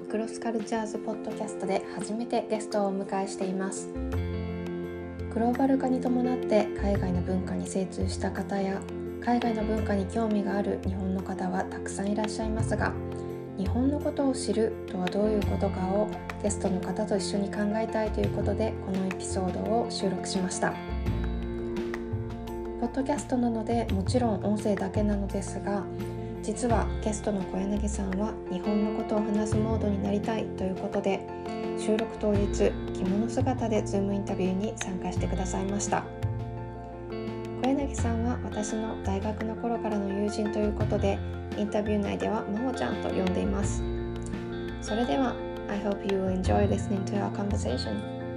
クロスカルチャーズポッドキャストで初めてゲストをお迎えしています。グローバル化に伴って海外の文化に精通した方や海外の文化に興味がある日本の方はたくさんいらっしゃいますが、日本のことを知るとはどういうことかをゲストの方と一緒に考えたいということで、このエピソードを収録しました。ポッドキャストなのでもちろん音声だけなのですが、実はゲストの小柳さんは日本のことを話すモードになりたいということで、収録当日着物姿でズームインタビューに参加してくださいました。小柳さんは私の大学の頃からの友人ということで、インタビュー内ではまほちゃんと呼んでいます。それでは I hope you will enjoy listening to our conversation。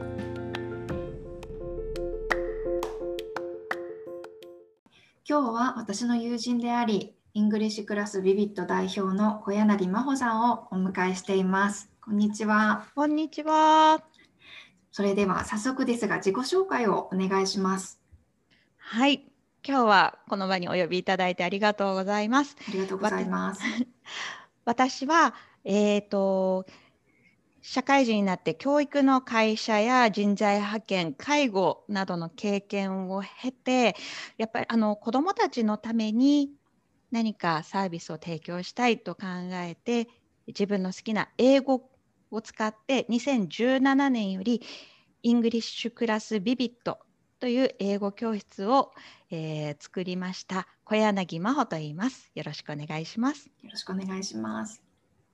今日は私の友人でありイングリッシュクラスビビット代表の小柳真帆さんをお迎えしています。こんにちは。 こんにちは。 それでは早速ですが自己紹介をお願いします。 はい、今日はこの場にお呼びいただいてありがとうございます。 ありがとうございます。 私は、社会人になって教育の会社や人材派遣、介護などの経験を経て、やっぱり子どもたちのために何かサービスを提供したいと考えて、自分の好きな英語を使って2017年よりイングリッシュクラスビビットという英語教室を、作りました小柳真帆と言います。よろしくお願いします。 よろしくお願いします。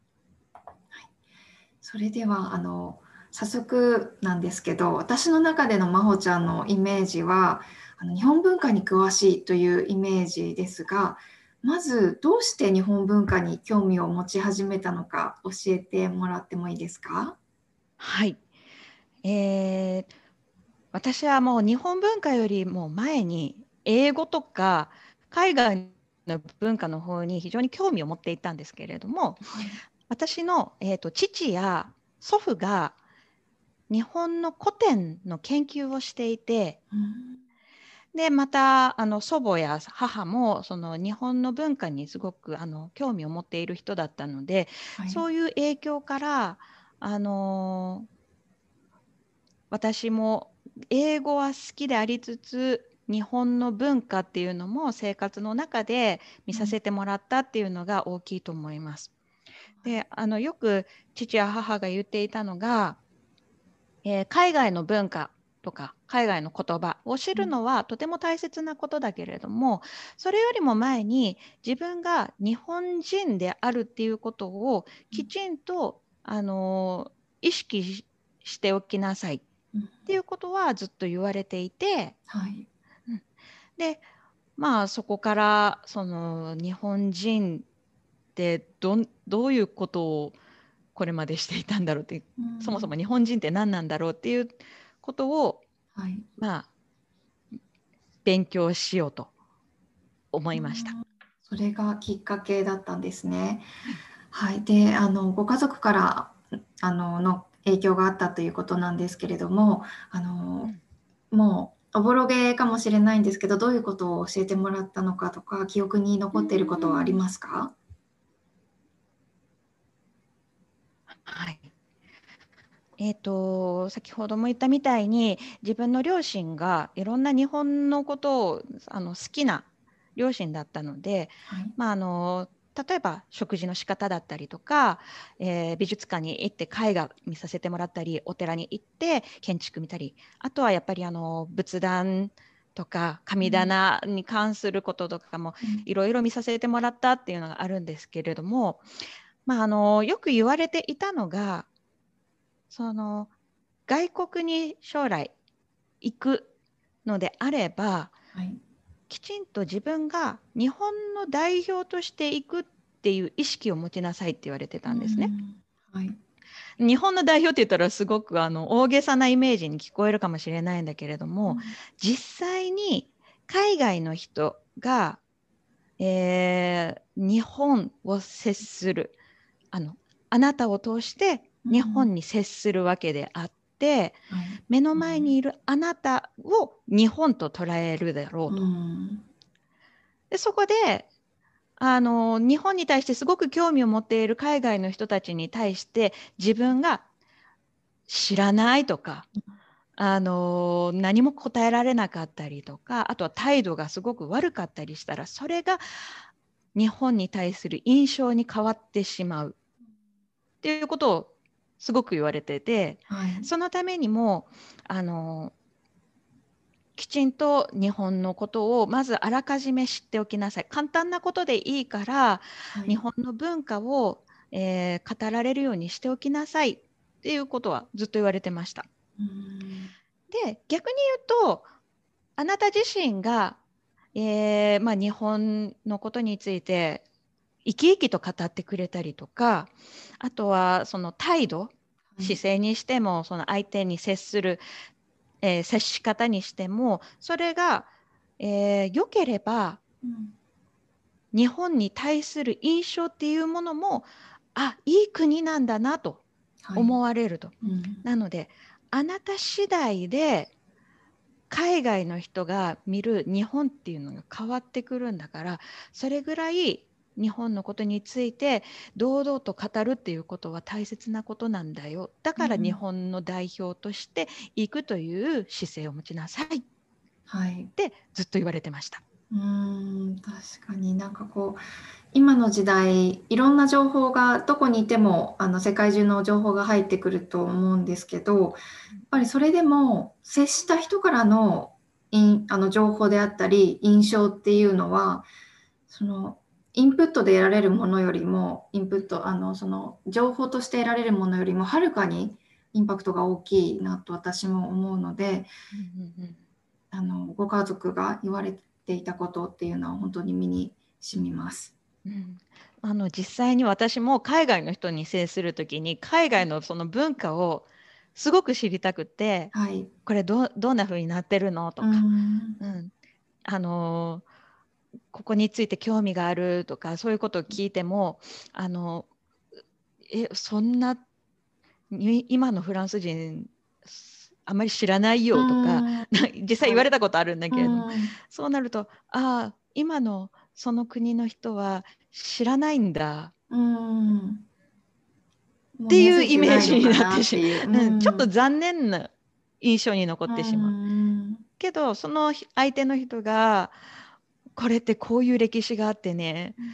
それでは早速なんですけど、私の中での真帆ちゃんのイメージは日本文化に詳しいというイメージですが、まずどうして日本文化に興味を持ち始めたのか教えてもらってもいいですか？ はい、私はもう日本文化よりも前に英語とか海外の文化の方に非常に興味を持っていたんですけれども、 はい、 私の、父や祖父が日本の古典の研究をしていて、でまた祖母や母もその日本の文化にすごく興味を持っている人だったので、 はい、 そういう影響から私も英語は好きでありつつ日本の文化っていうのも生活の中で見させてもらったっていうのが大きいと思います。でよく父や母が言っていたのが、海外の文化とか海外の言葉を知るのはとても大切なことだけれども、それよりも前に自分が日本人であるっていうことをきちんと意識しておきなさいっていうことはずっと言われていて、 はい、 でまあそこからその日本人ってどういうことをこれまでしていたんだろうって、そもそも日本人って何なんだろうっていうことを、 はい、 まあ勉強しようと思いました。 それがきっかけだったんですね。はい、でご家族からの影響があったということなんですけれども、もうおぼろげかもしれないんですけど、どういうことを教えてもらったのかとか記憶に残っていることはありますか？ はい。先ほども言ったみたいに自分の両親がいろんな日本のことを好きな両親だったので、 はい、 例えば食事の仕方だったりとか、美術館に行って絵画見させてもらったり、お寺に行って建築見たり、あとはやっぱり仏壇とか神棚に関することとかもいろいろ見させてもらったっていうのがあるんですけれども、よく言われていたのが、その外国に将来行くのであれば、 はい、 きちんと自分が日本の代表として行くっていう意識を持ちなさいって言われてたんですね。 はい、 日本の代表って言ったらすごく大げさなイメージに聞こえるかもしれないんだけれども、実際に海外の人が、日本を接するあなたを通して日本に接するわけであって、目の前にいるあなたを日本と捉えるだろうと。でそこで日本に対してすごく興味を持っている海外の人たちに対して自分が知らないとか、何も答えられなかったりとか、あとは態度がすごく悪かったりしたら、それが日本に対する印象に変わってしまうっていうことをすごく言われてて、 はい、 そのためにもきちんと日本のことをまずあらかじめ知っておきなさい。簡単なことでいいからはい、 日本の文化を、語られるようにしておきなさいっていうことはずっと言われてました。 うん、 で、逆に言うと、あなた自身が、日本のことについて生き生きと語ってくれたりとか、あとはその態度、 はい、 姿勢にしても、その相手に接する、接し方にしても、それが、良ければ、 うん、 日本に対する印象っていうものも、いい国なんだなとはい、 思われると。 うん、 なので、あなた次第で海外の人が見る日本っていうのが変わってくるんだから、それぐらい日本のことについて堂々と語るっていうことは大切なことなんだよ。だから日うん、 本の代表として行くという姿勢を持ちなさいっはい。 てずっと言われてました。 確かになんかこう、今の時代、いろんな情報がどこにいても、世界中の情報が入ってくると思うんですけど、やっぱりそれでも、接した人からの、情報であったり、印象っていうのは、その、インプットで得られるものよりも、インプット、その、情報として得られるものよりも、はるかにインパクトが大きいなと私も思うので、 うんうんうん、 ご家族が言われていたことっていうのは本当に身に染みます。 うん、実際に私も海外の人に接するときに海外のその文化をすごく知りたくて、 はい。 これどんな風になってるのとうか、 ん。 うん、あのここについて興味があるとかそういうことを聞いても、あのそんな今のフランス人あまり知らないうよとかん。 実際言われはい。 たことあるんだうけれども、 ん。 そうなると今のその国の人は知らないんだうん。もっていうう根付いてイメージにないのかなってしなっていう。うまう、うん、ちょっとん。 残念な印象に残っうてしまう。 ん。 けどその相手の人がこれってこういう歴史があってねうん。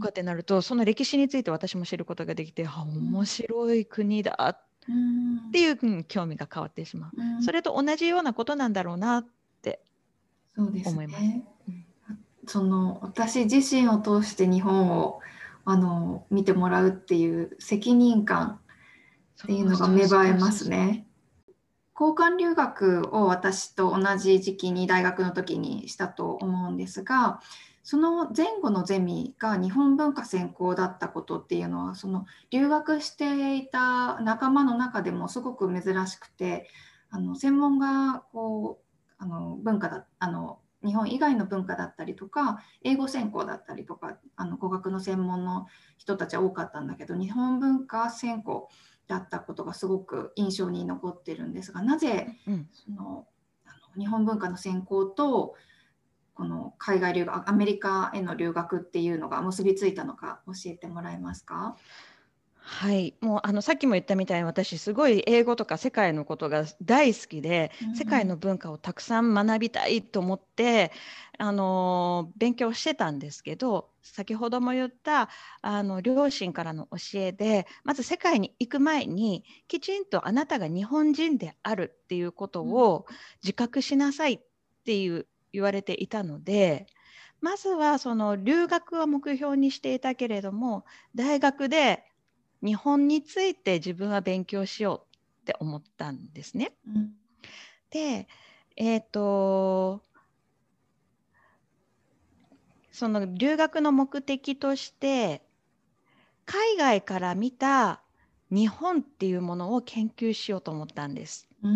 とかってなると、その歴史について私も知ることができて、面白い国だうってん。 いう、興味が変わってしまう。 うん。 それと同じようなことなんだろうなってそうです思います。 ね。私自身を通して日本を見てもらうっていう責任感っていうそうそうのが芽生えまそうそうそう。 すね。交換留学を私と同じ時期に大学の時にしたと思うんですが、その前後のゼミが日本文化専攻だったことっていうのは、その留学していた仲間の中でもすごく珍しくて、専門がこう文化だ日本以外の文化だったりとか英語専攻だったりとか語学の専門の人たちは多かったんだけど、日本文化専攻だったことがすごく印象に残ってるんですが、なぜうん、 その日本文化の専攻とこの海外留学、アメリカへの留学っていうのが結びついたのか教えてもらえますか？ はい、もうさっきも言ったみたいに私すごい英語とか世界のことが大好きで、世界の文化をたくさん学びたいと思って勉強してたんですけど、先ほども言った両親からの教えで、まず世界に行く前にきちんとあなたが日本人であるっていうことを自覚しなさいって言われていたので、まずはその留学は目標にしていたけれども、大学で日本について自分は勉強しようって思ったんですね。で、その留学の目的として海外から見た日本っていうものを研究しようと思ったんです。 うん、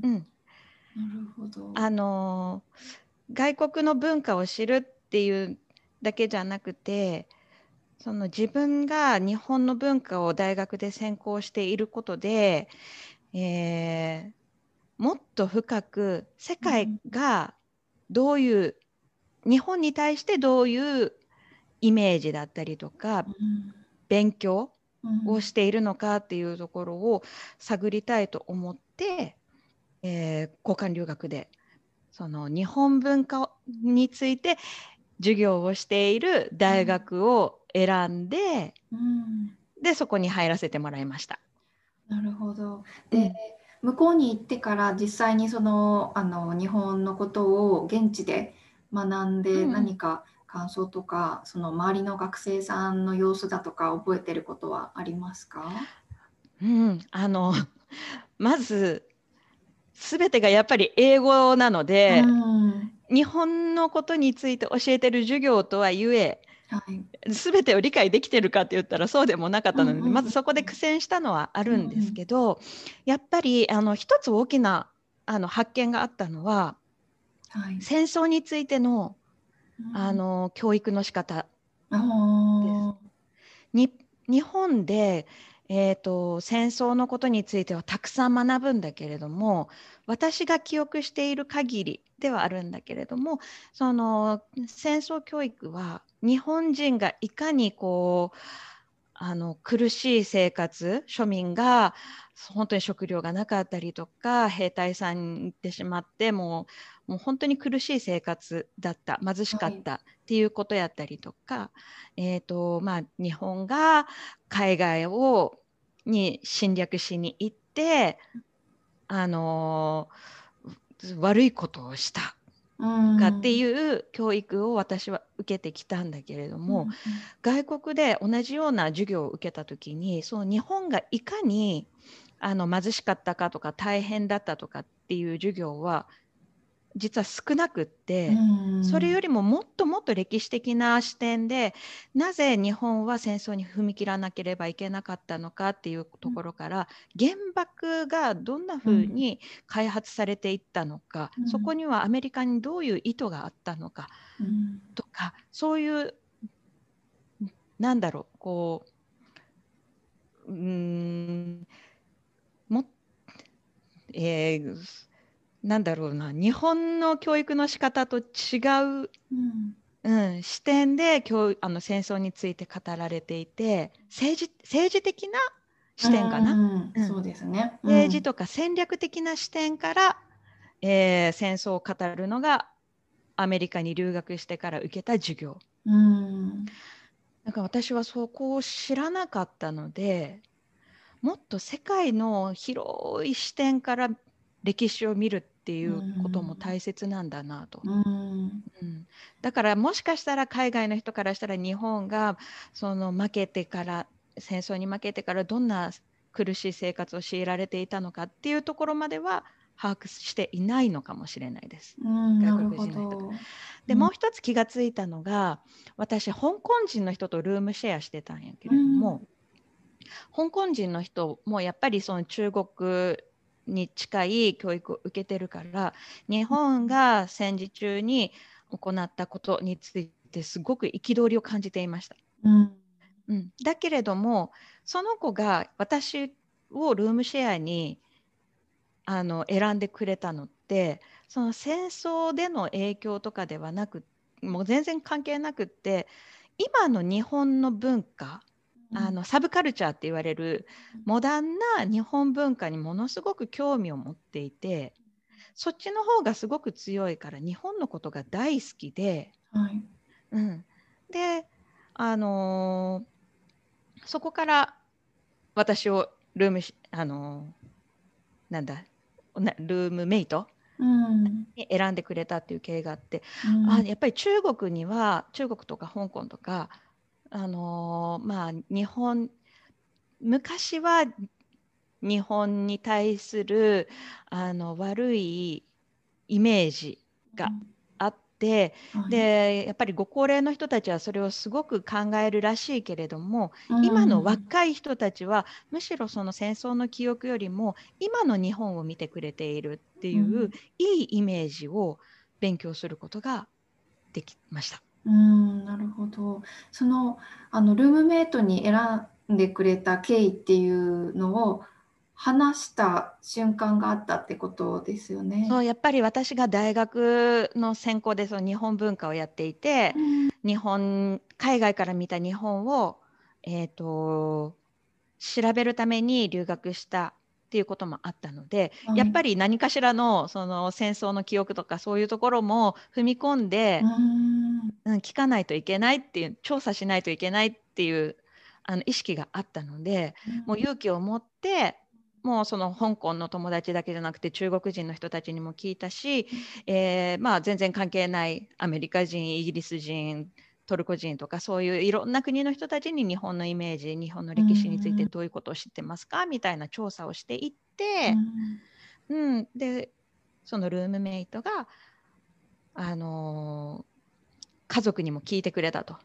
うん、 なるほど。 あの外国の文化を知るっていうだけじゃなくて、その自分が日本の文化を大学で専攻していることで、えーもっと深く世界がどういう日本に対してどういうイメージだったりとか勉強をしているのかっていうところを探りたいと思って、交換留学でその日本文化について授業をしている大学を選んで、でそこに入らせてもらいました。 なるほど。で、向こうに行ってから実際にその、日本のことを現地で学んで、何か感想とか、その周りの学生さんの様子だとか覚えてることはありますか？ まず全てがやっぱり英語なので、日本のことについて教えてる授業とはいえ、全てを理解できてるかって言ったらそうでもなかったので、まずそこで苦戦したのはあるんですけど、やっぱり一つ大きな発見があったのは、戦争についての、教育の仕方です。日本で、戦争のことについてはたくさん学ぶんだけれども、私が記憶している限りではあるんだけれども、その戦争教育は日本人がいかにこう苦しい生活、庶民が本当に食料がなかったりとか、兵隊さんに行ってしまってもう本当に苦しい生活だった、貧しかったっていうことやったりとか、日本が海外に侵略しに行って悪いことをしたかっていう教育を私は受けてきたんだけれども、外国で同じような授業を受けた時に、その日本がいかに貧しかったかとか大変だったとかっていう授業は実は少なくって、それよりももっともっと歴史的な視点で、なぜ日本は戦争に踏み切らなければいけなかったのかっていうところから、原爆がどんなふうに開発されていったのか、そこにはアメリカにどういう意図があったのかとか、そういうなんだろう、こうなんだろうな、日本の教育の仕方と違う、視点で戦争について語られていて、政治的な視点かな、 そうですね。 政治とか戦略的な視点から、戦争を語るのがアメリカに留学してから受けた授業。なんか私はそこを知らなかったので、もっと世界の広い視点から歴史を見るっていうことも大切なんだなと。だからもしかしたら海外の人からしたら、日本がその戦争に負けてからどんな苦しい生活を強いられていたのかっていうところまでは把握していないのかもしれないです。外国人の人が。で、もう一つ気がついたのが、私香港人の人とルームシェアしてたんやけれども、香港人の人もやっぱりその中国に近い教育を受けてるから、日本が戦時中に行ったことについてすごく憤りを感じていました。だけれども、その子が私をルームシェアに選んでくれたのって、その戦争での影響とかではなく、もう全然関係なくって、今の日本の文化、サブカルチャーって言われるモダンな日本文化にものすごく興味を持っていて、そっちの方がすごく強いから日本のことが大好きで、で、そこから私をルームメイトに選んでくれたっていう経緯があって、やっぱり中国とか香港とか昔は日本に対する悪いイメージがあって、でやっぱりご高齢の人たちはそれをすごく考えるらしいけれども、今の若い人たちはむしろその戦争の記憶よりも今の日本を見てくれているっていう、いいイメージを勉強することができました。 なるほど。そのルームメイトに選んでくれた経緯っていうのを話した瞬間があったってことですよね。 そう、やっぱり私が大学の専攻でその日本文化をやっていて、海外から見た日本を、調べるために留学したっていうこともあったので、 はい、 やっぱり何かしらのその戦争の記憶とかそういうところも踏み込んで、聞かないといけないっていう、調査しないといけないっていう意識があったので、もう勇気を持ってもうその香港の友達だけじゃなくて中国人の人たちにも聞いたし、まあ、全然関係ないアメリカ人、イギリス人、トルコ人とかそういういろんな国の人たちに日本のイメージ、日本の歴史についてどういうことを知ってますかみたいな調査をしていって、でそのルームメイトが、家族にも聞いてくれたと。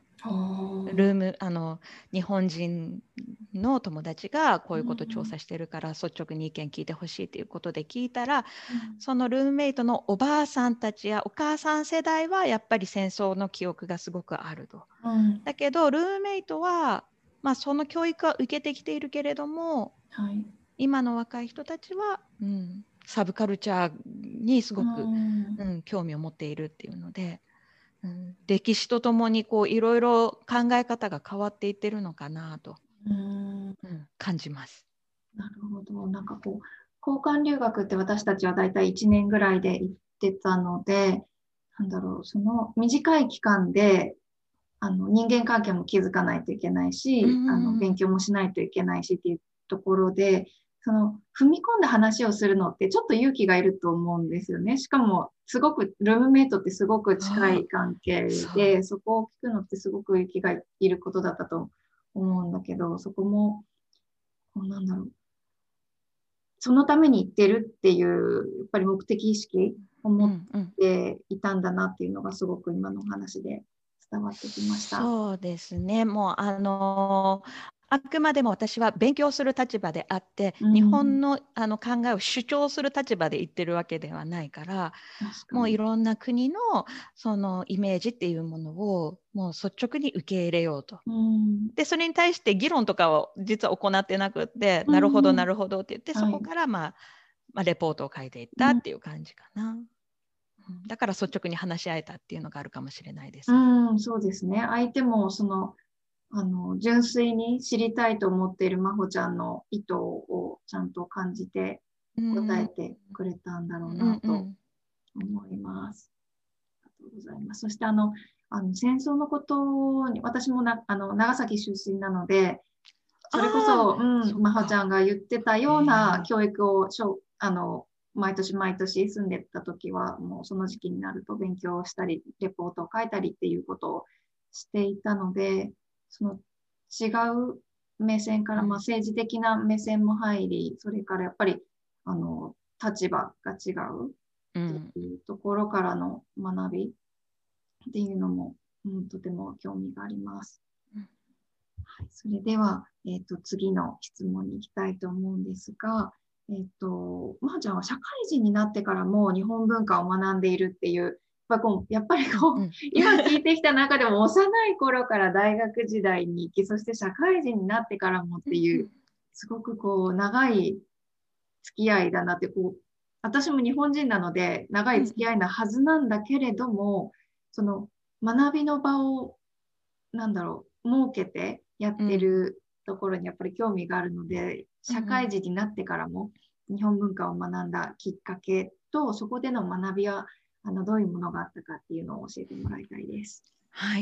日本人の友達がこういうことを調査してるから率直に意見聞いてほしいということで聞いたら、そのルームメイトのおばあさんたちやお母さん世代はやっぱり戦争の記憶がすごくあると。だけどルームメイトは、まあ、その教育は受けてきているけれども、今の若い人たちは、サブカルチャーにすごく、興味を持っているっていうので。歴史とともにいろいろ考え方が変わっていってるのかなと、感じます。 なるほど。なんかこう、交換留学って私たちはだいたい1年ぐらいで行ってたので、なんだろう、その短い期間で、人間関係も築かないといけないし、勉強もしないといけないしっていうところで、その踏み込んだ話をするのってちょっと勇気がいると思うんですよね。しかもすごくルームメイトってすごく近い関係で、そこを聞くのってすごく勇気がいることだったと思うんだけど、そこもなんだろう、そのために行ってるっていうやっぱり目的意識を持っていたんだなっていうのがすごく今のお話で伝わってきました。 そうですね。もうあくまでも私は勉強する立場であって、日本の、考えを主張する立場で言ってるわけではないから、もういろんな国のそのイメージっていうものをもう率直に受け入れようと。でそれに対して議論とかを実は行ってなくって、なるほどなるほどって言って、そこから、まあ、レポートを書いていったっていう感じかな。だから率直に話し合えたっていうのがあるかもしれないですね。 そうですね。相手も純粋に知りたいと思っている真帆ちゃんの意図をちゃんと感じて答えてくれたんだろうなと思います。ありがとうございます。そして戦争のことに、私も長崎出身なので、それこそ、真帆ちゃんが言ってたような教育を毎年毎年住んでた時は、もうその時期になると勉強したり、レポートを書いたりっていうことをしていたので、その違う目線から、政治的な目線も入り、それからやっぱり、立場が違うっていうところからの学びっていうのも、とても興味があります。はい、それでは、次の質問に行きたいと思うんですが、まあちゃんは社会人になってからも日本文化を学んでいるっていう、やっぱり今聞いてきた中でも幼い頃から大学時代に行き、そして社会人になってからもっていう、すごく長い付き合いだなって、私も日本人なので長い付き合いなはずなんだけれども、その学びの場を、設けてやってるところにやっぱり興味があるので、社会人になってからも日本文化を学んだきっかけと、そこでの学びはどういうものがあったかっていうのを教えてもらいたいです。 はい。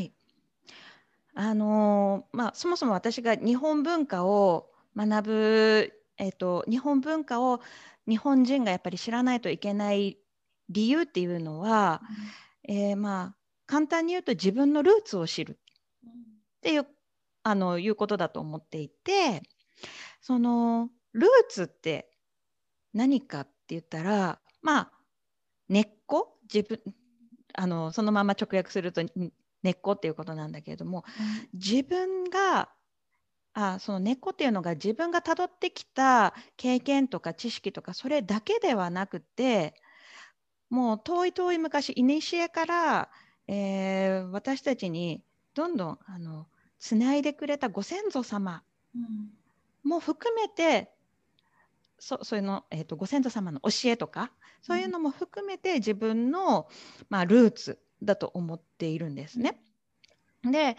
そもそも私が日本文化を学ぶ、日本文化を日本人がやっぱり知らないといけない理由っていうのは、簡単に言うと自分のルーツを知るっていう、いうことだと思っていて、そのルーツって何かって言ったら、根っこ、そのまま直訳すると根っこっていうことなんだけれども、自分がその根っこっていうのが自分がたどってきた経験とか知識とかそれだけではなくて、もう遠い遠い昔古から、私たちにどんどんつないでくれたご先祖様も含めてそういうの、ご先祖様の教えとかそういうのも含めて自分の、ルーツだと思っているんですね。で、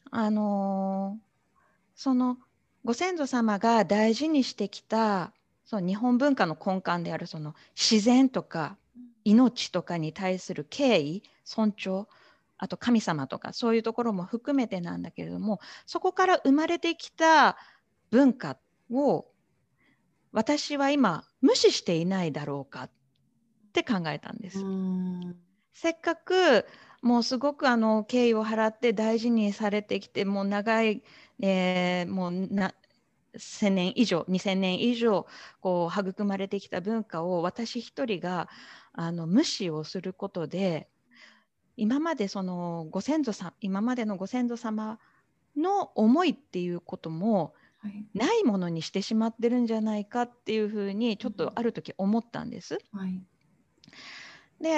そのご先祖様が大事にしてきたその日本文化の根幹であるその自然とか命とかに対する敬意、尊重、あと神様とかそういうところも含めてなんだけれども、そこから生まれてきた文化を私は今無視していないだろうかって考えたんです。せっかくもうすごく敬意を払って大事にされてきてもう長い、もう1000年以上2000年以上こう育まれてきた文化を私一人が無視をすることで今までのご先祖様の思いっていうこともないものにしてしまってるんじゃないかっていうふうにちょっとある時思ったんです。で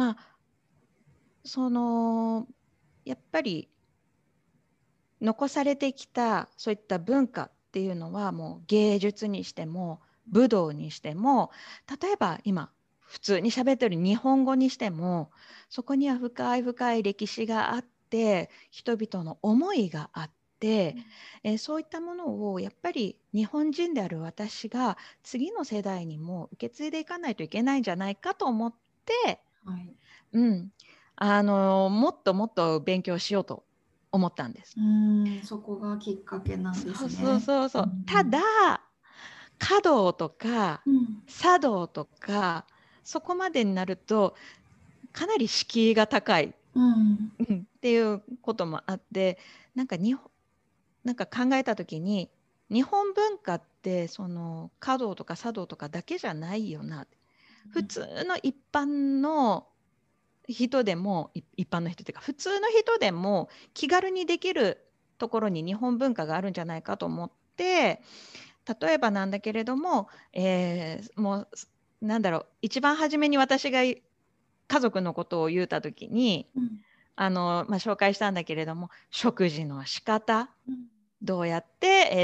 やっぱり残されてきたそういった文化っていうのはもう芸術にしても武道にしても例えば今普通に喋ってる日本語にしてもそこには深い深い歴史があって人々の思いがあって、そういったものをやっぱり日本人である私が次の世代にも受け継いでいかないといけないんじゃないかと思って、もっともっと勉強しようと思ったんです。 そこがきっかけなんですね。 ただ華道とか茶道とかそこまでになるとかなり敷居が高い、っていうこともあってなんか考えた時に日本文化ってその華道とか茶道とかだけじゃないよな、普通の一般の人でも一般の人っていうか普通の人でも気軽にできるところに日本文化があるんじゃないかと思って、例えばなんだけれども、もう一番初めに私が家族のことを言うた時に、紹介したんだけれども食事の仕方、どうやって、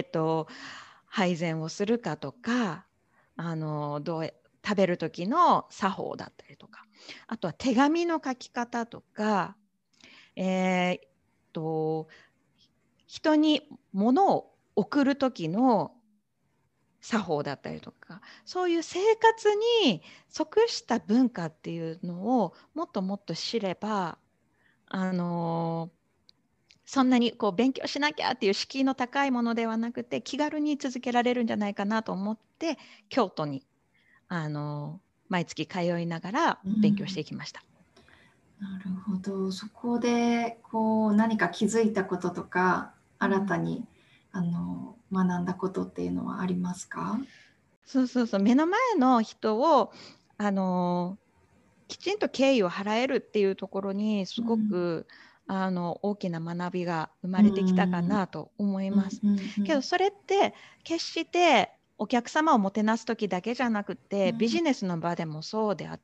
配膳をするかとか食べる時の作法だったりとか、あとは手紙の書き方とか、人に物を送る時の作法だったりとか、そういう生活に即した文化っていうのをもっともっと知れば、そんなにこう勉強しなきゃっていう敷居の高いものではなくて気軽に続けられるんじゃないかなと思って京都に毎月通いながら勉強していきました。 なるほど。そこでこう何か気づいたこととか新たに、学んだことっていうのはありますか？ 目の前の人をきちんと敬意を払えるっていうところにすごく、大きな学びが生まれてきたかなと思います。けどそれって決してお客様をもてなす時だけじゃなくて、ビジネスの場でもそうであって、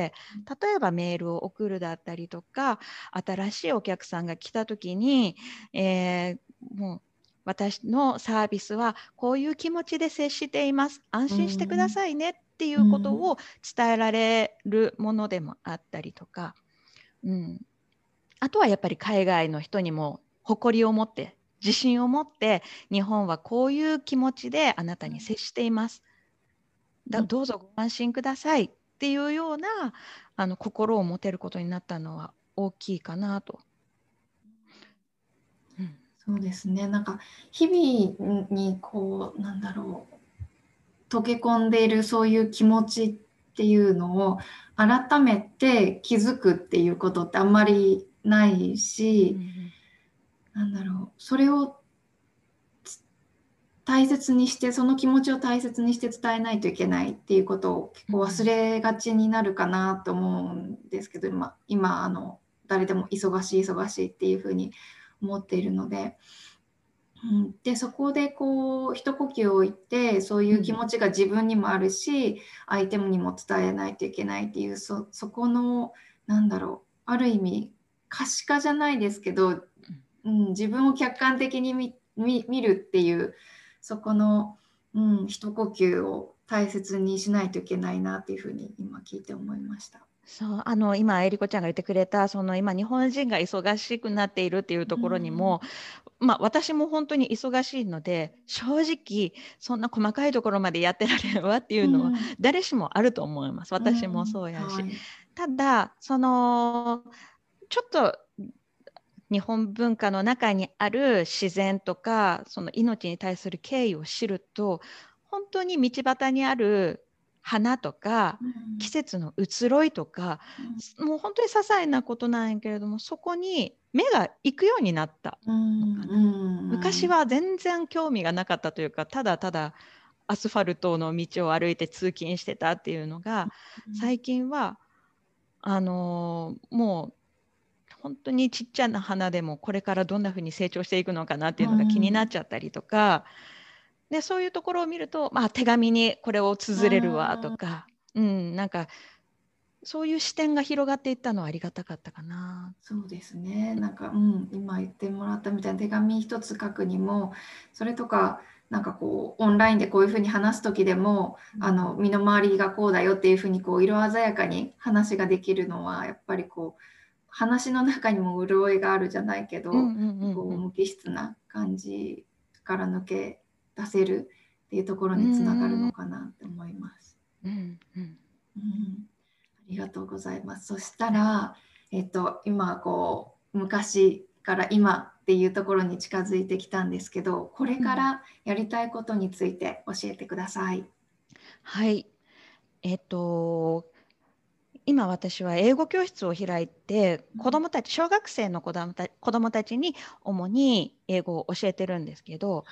例えばメールを送るだったりとか新しいお客さんが来た時に、もう私のサービスはこういう気持ちで接しています、安心してくださいねっていうことを伝えられるものでもあったりとか、あとはやっぱり海外の人にも誇りを持って自信を持って日本はこういう気持ちであなたに接しています、どうぞご安心くださいっていうような心を持てることになったのは大きいかなと。 そうですね。なんか日々にこう溶け込んでいるそういう気持ちっていうのを改めて気づくっていうことってあんまりないし、それを大切にしてその気持ちを大切にして伝えないといけないっていうことを結構忘れがちになるかなと思うんですけど、今誰でも忙しいっていうふうに思っているので。でそこでこう一呼吸置いてそういう気持ちが自分にもあるし、相手にも伝えないといけないっていうそこのある意味可視化じゃないですけど、自分を客観的に見るっていうそこの、一呼吸を大切にしないといけないなっていうふうに今聞いて思いました。 そう今えりこちゃんが言ってくれた今日本人が忙しくなっているっていうところにも、私も本当に忙しいので正直そんな細かいところまでやってられるわっていうのは誰しもあると思います。私もそうやし、 はい、 ただちょっと日本文化の中にある自然とかその命に対する敬意を知ると、本当に道端にある花とか、季節の移ろいとか、もう本当に些細なことなんやけれども、そこに目が行くようになったのかな。昔は全然興味がなかったというか、ただただアスファルトの道を歩いて通勤してたっていうのが、最近はもう本当にちっちゃな花でもこれからどんなふうに成長していくのかなっていうのが気になっちゃったりとか、でそういうところを見ると、手紙にこれを綴れるわとか、なんかそういう視点が広がっていったのはありがたかったかな。 そうですね。なんか、今言ってもらったみたいな手紙一つ書くにも、それとか、なんかこうオンラインでこういうふうに話す時でも、身の回りがこうだよっていうふうにこう色鮮やかに話ができるのはやっぱりこう話の中にも潤いがあるじゃないけど、こう無機質な感じから抜け出せるっていうところにつながるのかなって思います。ありがとうございます。そしたら、今こう昔から今っていうところに近づいてきたんですけど、これからやりたいことについて教えてください。 はい。今私は英語教室を開いて子どもたち、小学生の子どもたちに主に英語を教えてるんですけど、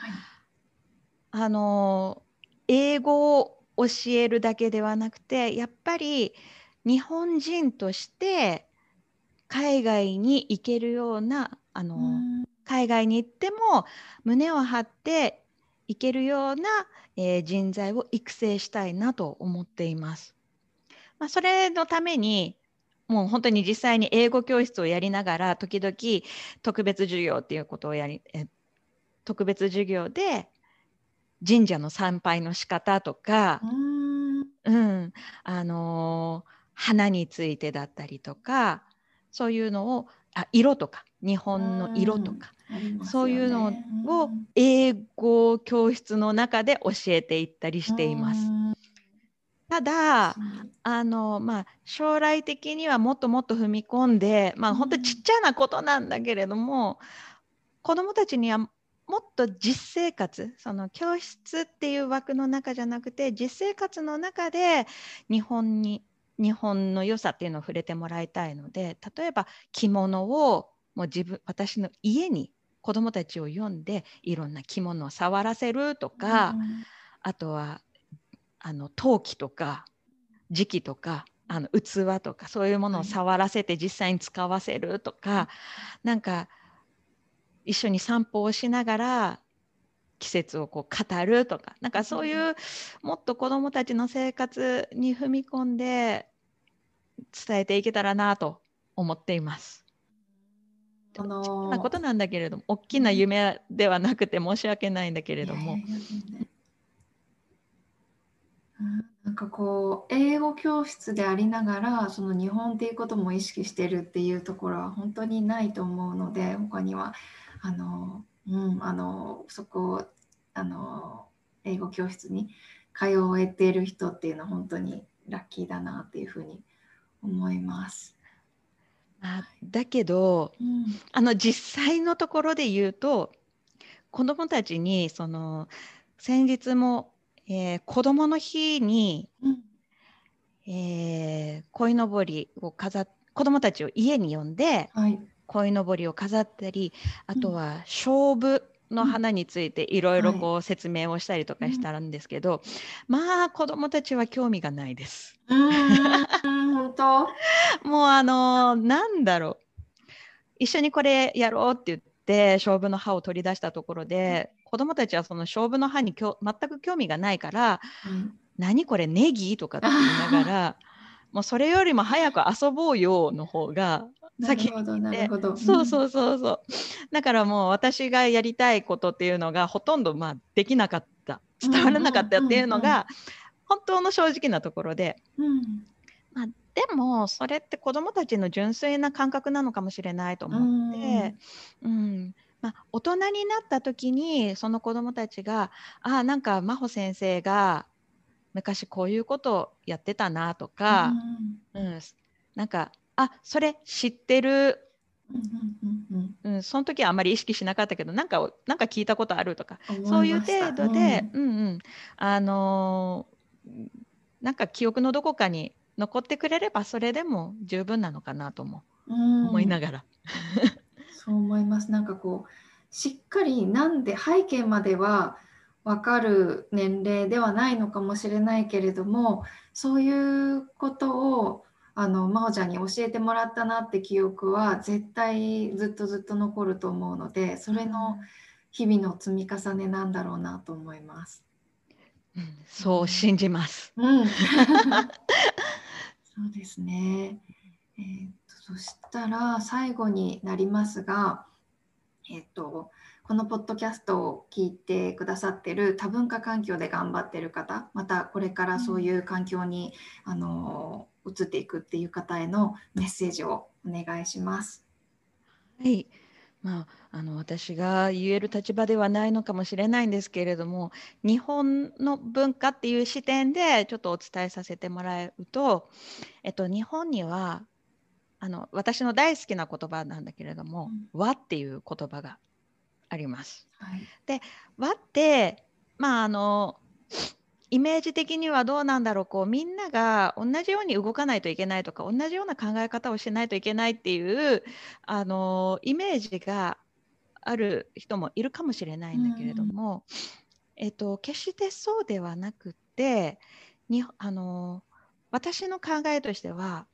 英語を教えるだけではなくて、やっぱり日本人として海外に行けるような海外に行っても胸を張って行けるような、人材を育成したいなと思っています。それのためにもう本当に実際に英語教室をやりながら時々特別授業っていうことを特別授業で神社の参拝の仕方とか、花についてだったりとか、そういうのを色とか日本の色とか、そういうのを英語教室の中で教えていったりしています。ただ将来的にはもっともっと踏み込んで、本当にちっちゃなことなんだけれども、子どもたちにはもっと実生活、その教室っていう枠の中じゃなくて実生活の中で日本の良さっていうのを触れてもらいたいので、例えば着物をもう私の家に子どもたちを呼んでいろんな着物を触らせるとか、あとは陶器とか磁器とか器とかそういうものを触らせて実際に使わせるとか、なんか一緒に散歩をしながら季節をこう語るとか、なんかそういうもっと子どもたちの生活に踏み込んで伝えていけたらなと思っています。そんなことなんだけれども、大きな夢ではなくて申し訳ないんだけれども、 なんかこう英語教室でありながらその日本っていうことも意識してるっていうところは本当にないと思うので、他にはそこ英語教室に通えている人っていうのは本当にラッキーだなっていうふうに思います。 だけど、実際のところで言うと子どもたちに先日も子どもの日に、鯉のぼりを子どもたちを家に呼んで、鯉のぼりを飾ったり、あとは菖蒲の花についていろいろこう説明をしたりとかしたんですけど、子どもたちは興味がないです。 本当もうなんだろう、一緒にこれやろうって言って菖蒲の葉を取り出したところで、子どもたちはその菖蒲の葉に全く興味がないから、何これネギとかって言いながらもうそれよりも早く遊ぼうよの方が先に来て、そうだからもう私がやりたいことっていうのがほとんどできなかった、伝わらなかったっていうのが本当の正直なところで、 うんでもそれって子どもたちの純粋な感覚なのかもしれないと思って、大人になった時にその子どもたちがなんか真帆先生が昔こういうことをやってたなとか、なんかそれ知ってる、その時はあんまり意識しなかったけどなんか聞いたことあるとか、そういう程度で、なんか記憶のどこかに残ってくれればそれでも十分なのかなとも思いながら。 そう思います。なんかこうしっかりなんで背景までは分かる年齢ではないのかもしれないけれども、そういうことを真帆ちゃんに教えてもらったなって記憶は絶対ずっと残ると思うので、それの日々の積み重ねなんだろうなと思います。 そう信じます。 そうですね。そしたら最後になりますが、このポッドキャストを聞いてくださってる多文化環境で頑張ってる方、またこれからそういう環境に、移っていくっていう方へのメッセージをお願いします。 はい、私が言える立場ではないのかもしれないんですけれども、日本の文化っていう視点でちょっとお伝えさせてもらうと、日本には私の大好きな言葉なんだけれども、和っていう言葉があります。で、和ってイメージ的にはどうなんだろう、みんなが同じように動かないといけないとか、同じような考え方をしないといけないっていうイメージがある人もいるかもしれないんだけれども、決してそうではなくて、私の考えとしては、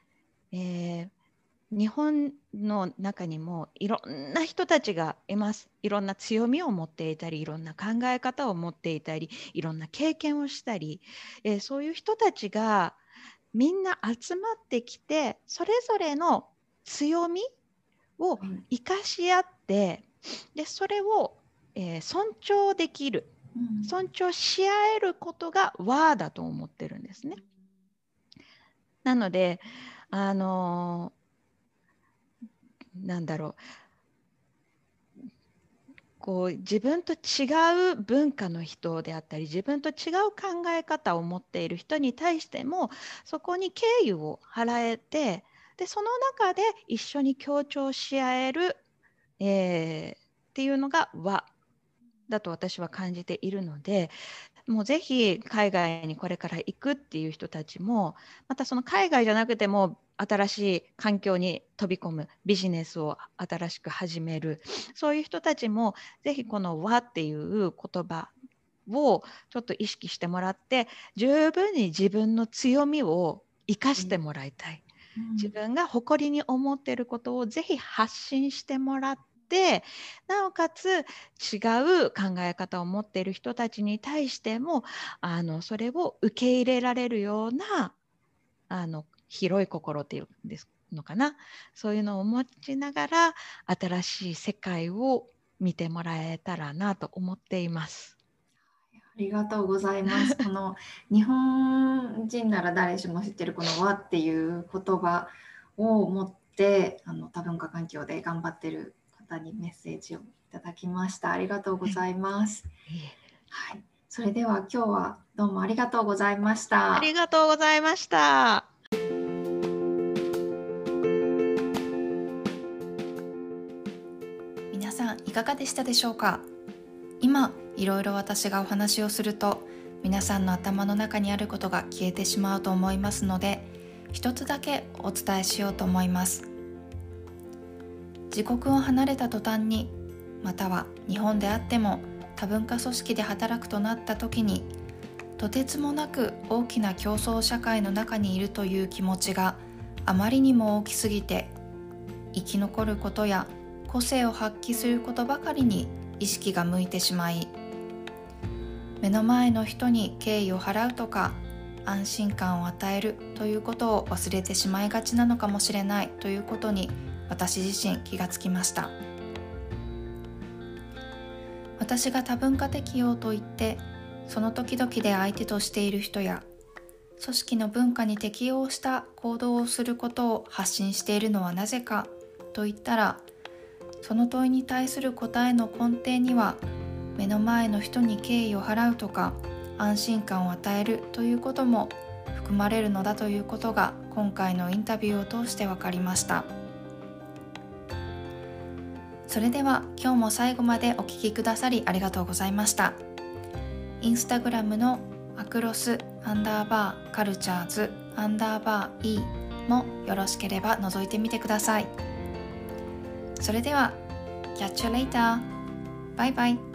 日本の中にもいろんな人たちがいます。いろんな強みを持っていたり、いろんな考え方を持っていたり、いろんな経験をしたり、そういう人たちがみんな集まってきて、それぞれの強みを生かし合って、でそれを、尊重できる、尊重し合えることが和だと思ってるんですね。なのでなんだろう、自分と違う文化の人であったり、自分と違う考え方を持っている人に対してもそこに敬意を払えて、でその中で一緒に協調し合える、っていうのが和だと私は感じているので、もうぜひ海外にこれから行くっていう人たちも、またその海外じゃなくても新しい環境に飛び込む、ビジネスを新しく始める、そういう人たちもぜひこの和っていう言葉をちょっと意識してもらって、十分に自分の強みを生かしてもらいたい、自分が誇りに思っていることをぜひ発信してもらって、なおかつ違う考え方を持っている人たちに対してもそれを受け入れられるような広い心っていうんですのかな、そういうのを持ちながら新しい世界を見てもらえたらなと思っています。 ありがとうございます。この日本人なら誰しも知ってるこの和っていう言葉を持って多文化環境で頑張ってる方にメッセージをいただきました。ありがとうございます。はい、それでは今日はどうもありがとうございました。 ありがとうございました。 皆さんいかがでしたでしょうか。今いろいろ私がお話をすると皆さんの頭の中にあることが消えてしまうと思いますので、一つだけお伝えしようと思います。自国を離れた途端に、または日本であっても多文化組織で働くとなった時に、とてつもなく大きな競争社会の中にいるという気持ちがあまりにも大きすぎて、生き残ることや個性を発揮することばかりに意識が向いてしまい、目の前の人に敬意を払うとか安心感を与えるということを忘れてしまいがちなのかもしれないということに私自身気がつきました。私が多文化適応といってその時々で相手としている人や組織の文化に適応した行動をすることを発信しているのはなぜかと言ったら、その問いに対する答えの根底には、目の前の人に敬意を払うとか安心感を与えるということも含まれるのだということが、今回のインタビューを通して分かりました。それでは今日も最後までお聞きくださりありがとうございました。インスタグラムのacross_cultures_e もよろしければ覗いてみてください。それでは Catch you later! バイバイ。